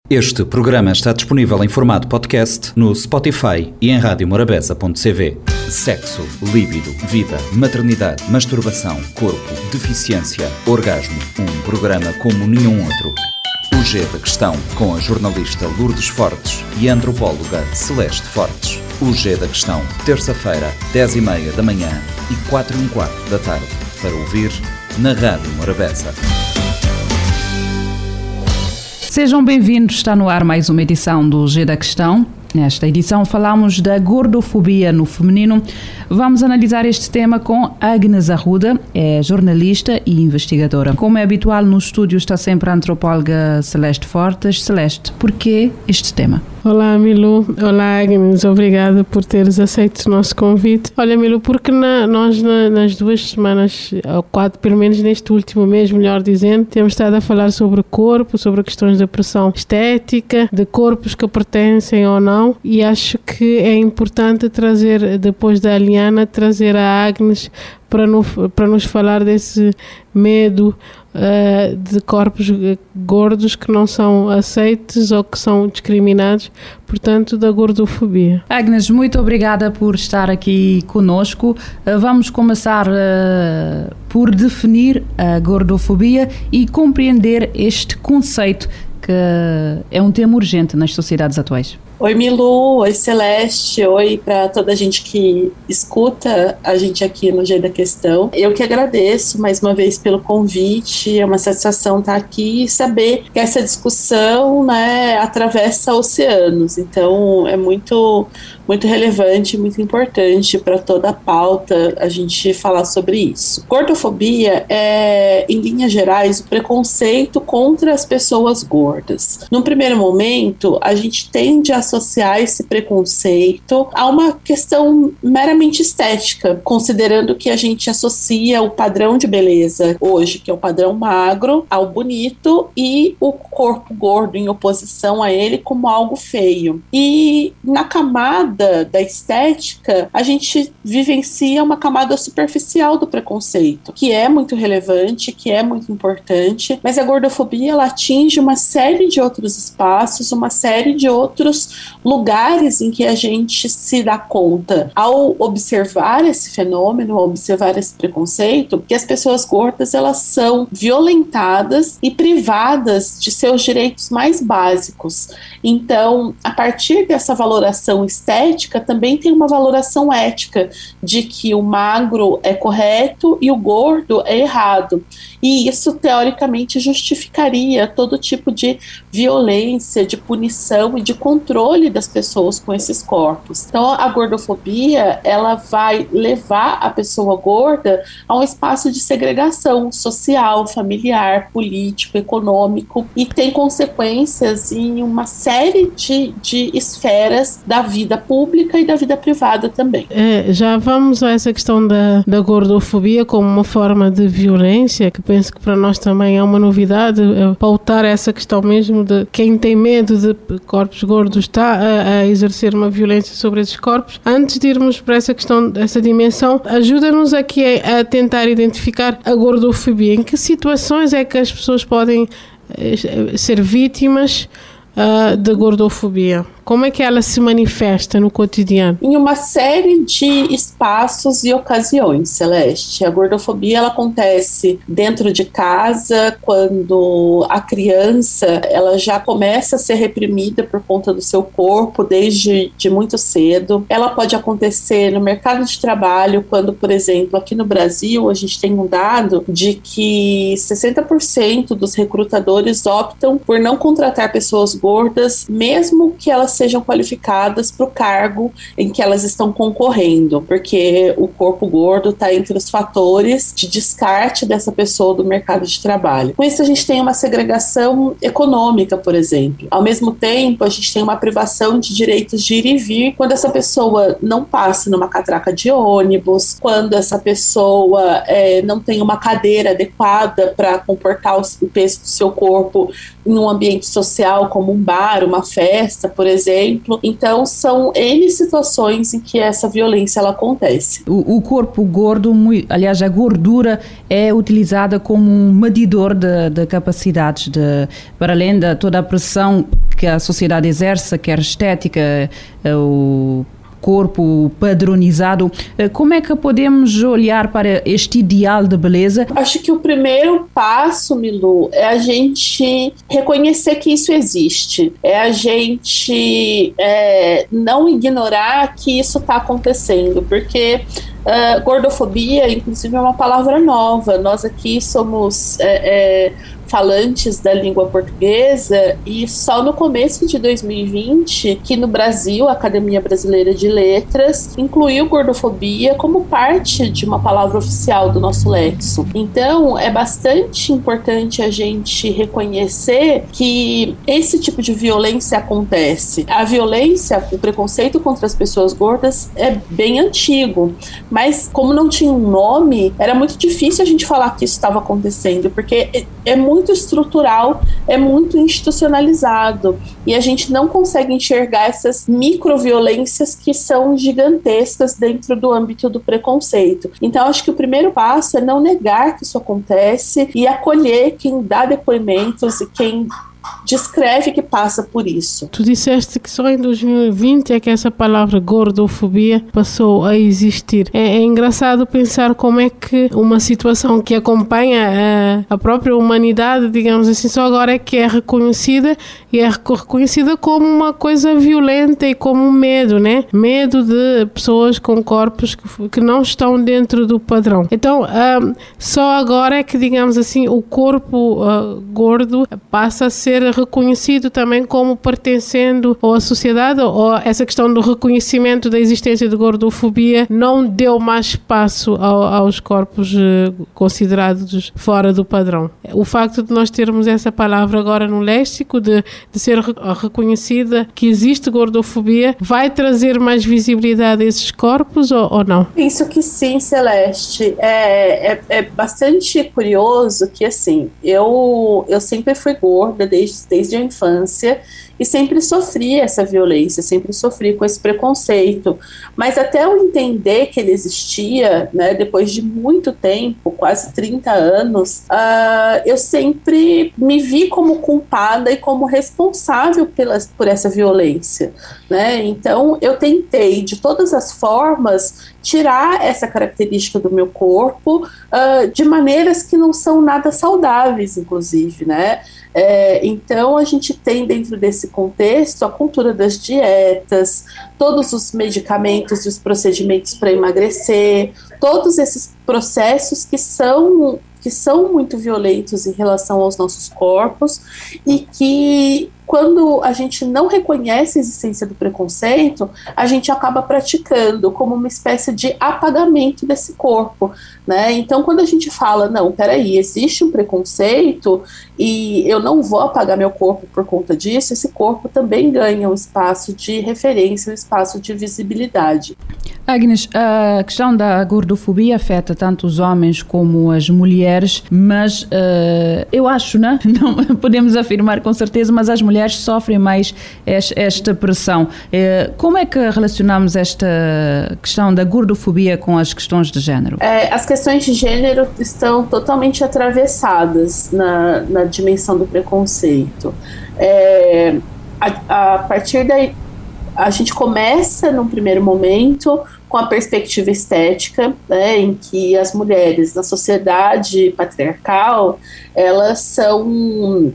Este programa está disponível em formato podcast no Spotify e em radiomorabeza.cv. Sexo, líbido, vida, maternidade, masturbação, corpo, deficiência, orgasmo. Um programa como nenhum outro. O G da Questão, com a jornalista Lourdes Fortes e a antropóloga Celeste Fortes. O G da Questão, terça-feira, 10h30 da manhã e 4h15 da tarde. Para ouvir na Rádio Morabeza. Sejam bem-vindos, está no ar mais uma edição do G da Questão. Nesta edição falamos da gordofobia no feminino. Vamos analisar este tema com Agnes Arruda, é jornalista e investigadora. Como é habitual no estúdio está sempre a antropóloga Celeste Fortes. Celeste, por que este tema? Olá, Milu. Olá, Agnes. Obrigada por teres aceito o nosso convite. Olha, Milu, porque nós nas 2 semanas, ou 4, pelo menos neste último mês, melhor dizendo, temos estado a falar sobre corpo, sobre questões da pressão estética, de corpos que pertencem ou não, e acho que é importante trazer, depois da Aliana, trazer a Agnes para nos falar desse medo de corpos gordos que não são aceitos ou que são discriminados, portanto, da gordofobia. Agnes, muito obrigada por estar aqui conosco. Vamos começar por definir a gordofobia e compreender este conceito que é um tema urgente nas sociedades atuais. Oi, Milu, oi, Celeste, oi para toda a gente que escuta a gente aqui no G da Questão. Eu que agradeço mais uma vez pelo convite, é uma satisfação estar aqui e saber que essa discussão, né, atravessa oceanos, então é muito relevante, muito importante para toda a pauta a gente falar sobre isso. Gordofobia é, em linhas gerais, o preconceito contra as pessoas gordas. Num primeiro momento, a gente tende a associar esse preconceito a uma questão meramente estética, considerando que a gente associa o padrão de beleza hoje, que é o padrão magro, ao bonito, e o corpo gordo em oposição a ele como algo feio. E na camada da estética, a gente vivencia uma camada superficial do preconceito, que é muito relevante, que é muito importante, mas a gordofobia ela atinge uma série de outros espaços, uma série de outros lugares em que a gente se dá conta, ao observar esse fenômeno, ao observar esse preconceito, que as pessoas gordas elas são violentadas e privadas de seus direitos mais básicos. Então, a partir dessa valoração estética, também tem uma valoração ética de que o magro é correto e o gordo é errado. E isso, teoricamente, justificaria todo tipo de violência, de punição e de controle das pessoas com esses corpos. Então, a gordofobia, ela vai levar a pessoa gorda a um espaço de segregação social, familiar, político, econômico, e tem consequências em uma série de esferas da vida pública e da vida privada também. Já vamos a essa questão da gordofobia como uma forma de violência, que penso que para nós também é uma novidade, pautar essa questão mesmo de quem tem medo de corpos gordos está a exercer uma violência sobre esses corpos. Antes de irmos para essa questão, essa dimensão, ajuda-nos aqui a tentar identificar a gordofobia. Em que situações é que as pessoas podem ser vítimas da gordofobia? Como é que ela se manifesta no cotidiano? Em uma série de espaços e ocasiões, Celeste. A gordofobia ela acontece dentro de casa, quando a criança ela já começa a ser reprimida por conta do seu corpo desde muito cedo. Ela pode acontecer no mercado de trabalho, quando, por exemplo, aqui no Brasil, a gente tem um dado de que 60% dos recrutadores optam por não contratar pessoas gordas, mesmo que elas sejam qualificadas para o cargo em que elas estão concorrendo, porque o corpo gordo está entre os fatores de descarte dessa pessoa do mercado de trabalho. Com isso, a gente tem uma segregação econômica, por exemplo. Ao mesmo tempo, a gente tem uma privação de direitos de ir e vir quando essa pessoa não passa numa catraca de ônibus, quando essa pessoa não tem uma cadeira adequada para comportar o peso do seu corpo em um ambiente social como um bar, uma festa, por exemplo. Então são N situações em que essa violência ela acontece. O corpo gordo, aliás a gordura é utilizada como um medidor de capacidades, para além de toda a pressão que a sociedade exerce, quer estética, o corpo padronizado. Como é que podemos olhar para este ideal de beleza? Acho que o primeiro passo, Milu, é a gente reconhecer que isso existe. É a gente não ignorar que isso está acontecendo, porque gordofobia, inclusive, é uma palavra nova. Nós aqui somos falantes da língua portuguesa e só no começo de 2020 que no Brasil a Academia Brasileira de Letras incluiu gordofobia como parte de uma palavra oficial do nosso léxico. Então é bastante importante a gente reconhecer que esse tipo de violência acontece. A violência, o preconceito contra as pessoas gordas é bem antigo, mas como não tinha um nome, era muito difícil a gente falar que isso estava acontecendo, porque é muito estrutural, é muito institucionalizado e a gente não consegue enxergar essas microviolências que são gigantescas dentro do âmbito do preconceito. Então acho que o primeiro passo é não negar que isso acontece e acolher quem dá depoimentos e quem descreve que passa por isso. Tu disseste que só em 2020 é que essa palavra gordofobia passou a existir. É engraçado pensar como é que uma situação que acompanha a própria humanidade, digamos assim, só agora é que é reconhecida e é reconhecida como uma coisa violenta e como um medo, né? Medo de pessoas com corpos que não estão dentro do padrão. Então, só agora é que, digamos assim, o corpo gordo passa a ser reconhecido também como pertencendo à sociedade, ou essa questão do reconhecimento da existência de gordofobia não deu mais espaço aos corpos considerados fora do padrão. O facto de nós termos essa palavra agora no léxico, de ser reconhecida que existe gordofobia, vai trazer mais visibilidade a esses corpos ou não? Penso que sim, Celeste. É bastante curioso que, assim, eu sempre fui gorda desde a infância e sempre sofri essa violência, sempre sofri com esse preconceito, mas até eu entender que ele existia, né, depois de muito tempo, quase 30 anos, eu sempre me vi como culpada e como responsável por essa violência, né? Então eu tentei de todas as formas tirar essa característica do meu corpo de maneiras que não são nada saudáveis, inclusive, né? Então a gente tem dentro desse contexto a cultura das dietas, todos os medicamentos e os procedimentos para emagrecer, todos esses processos que são muito violentos em relação aos nossos corpos e que, quando a gente não reconhece a existência do preconceito, a gente acaba praticando como uma espécie de apagamento desse corpo, né? Então, quando a gente fala, não, peraí, existe um preconceito e eu não vou apagar meu corpo por conta disso, esse corpo também ganha um espaço de referência, um espaço de visibilidade. Agnes, a questão da gordofobia afeta tanto os homens como as mulheres, mas eu acho, né? Não podemos afirmar com certeza, mas as mulheres sofrem mais esta pressão. Como é que relacionamos esta questão da gordofobia com as questões de género? As questões de gênero estão totalmente atravessadas na dimensão do preconceito. A partir daí, a gente começa, num primeiro momento, com a perspectiva estética, né, em que as mulheres na sociedade patriarcal, elas são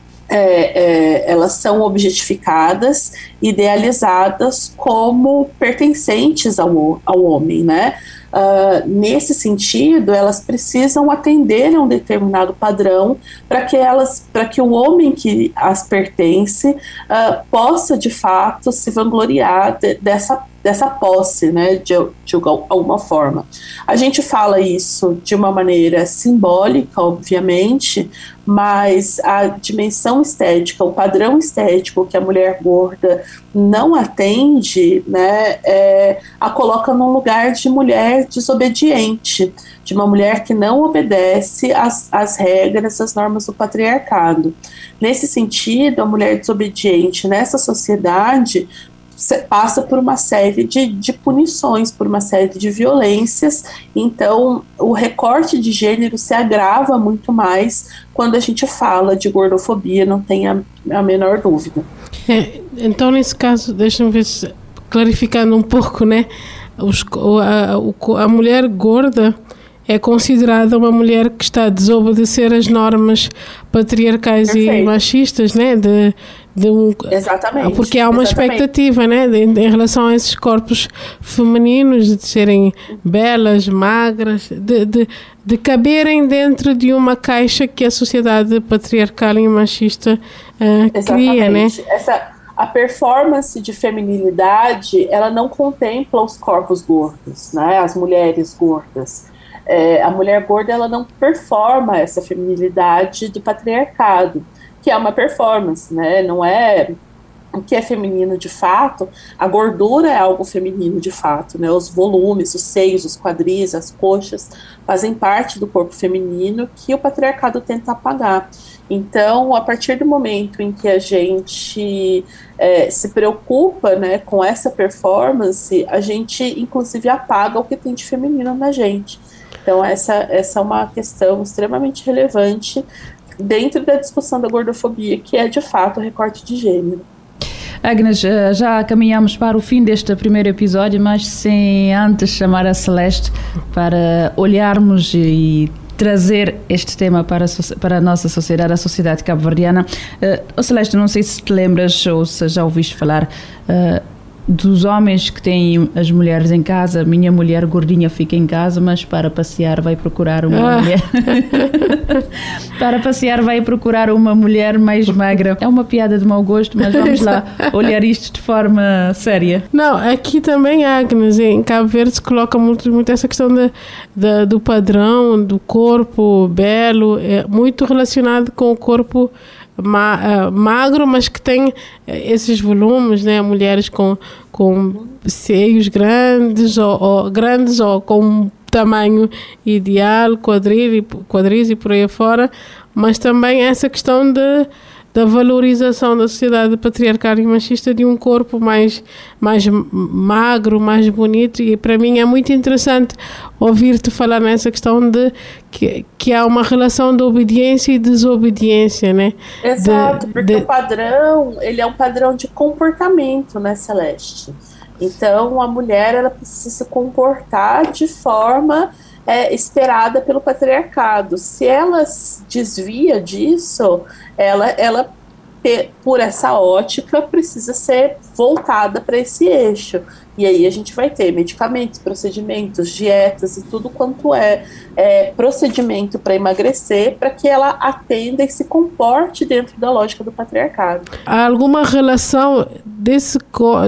objetificadas, idealizadas como pertencentes ao homem, né? Nesse sentido, elas precisam atender a um determinado padrão para que o homem que as pertence possa de fato se vangloriar dessa posse, né, de alguma forma. A gente fala isso de uma maneira simbólica, obviamente, mas a dimensão estética, o padrão estético que a mulher gorda não atende, né, a coloca num lugar de mulher desobediente, de uma mulher que não obedece às regras, às normas do patriarcado. Nesse sentido, a mulher desobediente nessa sociedade passa por uma série de punições, por uma série de violências. Então o recorte de gênero se agrava muito mais quando a gente fala de gordofobia, não tem a menor dúvida. Então nesse caso, deixa-me ver, clarificando um pouco, né, a mulher gorda é considerada uma mulher que está a desobedecer as normas patriarcais e machistas, né? Exatamente. Porque há uma expectativa, né? Em relação a esses corpos femininos, de serem belas, magras, de caberem dentro de uma caixa que a sociedade patriarcal e machista cria, né? A performance de feminilidade, ela não contempla os corpos gordos, né? As mulheres gordas. A mulher gorda, ela não performa essa feminilidade do patriarcado, que é uma performance, né? Não é o que é feminino de fato. A gordura é algo feminino de fato, né? Os volumes, os seios, os quadris, as coxas fazem parte do corpo feminino que o patriarcado tenta apagar. Então, a partir do momento em que a gente se preocupa, né, com essa performance, a gente inclusive apaga o que tem de feminino na gente. Então essa é uma questão extremamente relevante dentro da discussão da gordofobia, que é de fato o recorte de gênero. Agnes, já caminhamos para o fim deste primeiro episódio, mas sem antes chamar a Celeste para olharmos e trazer este tema para a nossa sociedade, a sociedade cabo-verdiana. Celeste, não sei se te lembras ou se já ouviste falar dos homens que têm as mulheres em casa. Minha mulher gordinha fica em casa, mas para passear vai procurar uma mulher. Para passear vai procurar uma mulher mais magra. É uma piada de mau gosto, mas vamos lá olhar isto de forma séria. Não, aqui também, Agnes, em Cabo Verde se coloca muito essa questão do padrão, do corpo belo, muito relacionado com o corpo magro, mas que tem esses volumes, né? Mulheres com seios grandes ou com tamanho ideal, quadris e por aí fora, mas também essa questão da valorização da sociedade patriarcal e machista de um corpo mais magro, mais bonito. E para mim é muito interessante ouvir-te falar nessa questão de que há uma relação de obediência e desobediência, né? Exato, porque o padrão, ele é um padrão de comportamento, né, Celeste? Então a mulher, ela precisa se comportar de forma esperada pelo patriarcado. Se ela desvia disso, ela por essa ótica precisa ser voltada para esse eixo. E aí a gente vai ter medicamentos, procedimentos, dietas e tudo quanto é procedimento para emagrecer, para que ela atenda e se comporte dentro da lógica do patriarcado. Há alguma relação dessa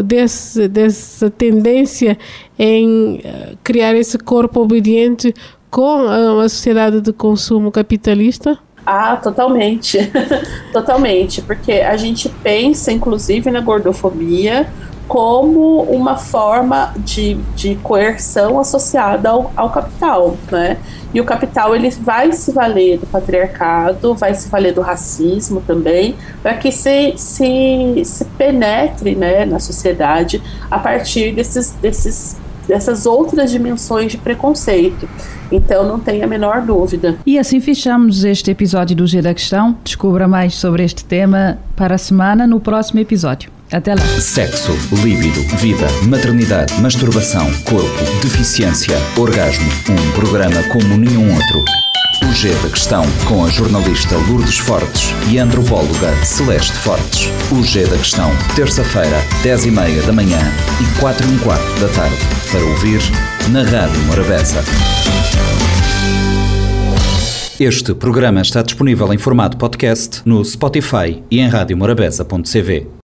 tendência em criar esse corpo obediente com a sociedade de consumo capitalista? Totalmente. Totalmente, porque a gente pensa, inclusive, na gordofobia como uma forma de coerção associada ao capital, né? E o capital, ele vai se valer do patriarcado, vai se valer do racismo também, para que se penetre, né, na sociedade a partir dessas outras dimensões de preconceito. Então não tem a menor dúvida. E assim fechamos este episódio do G da Questão. Descubra mais sobre este tema para a semana no próximo episódio. Até lá. Sexo, líbido, vida, maternidade, masturbação, corpo, deficiência, orgasmo. Um programa como nenhum outro. O G da Questão, com a jornalista Lourdes Fortes e a antropóloga Celeste Fortes. O G da Questão, terça-feira, 10h30 da manhã e 4h15 da tarde. Para ouvir na Rádio Morabeza. Este programa está disponível em formato podcast no Spotify e em radiomorabeza.cv.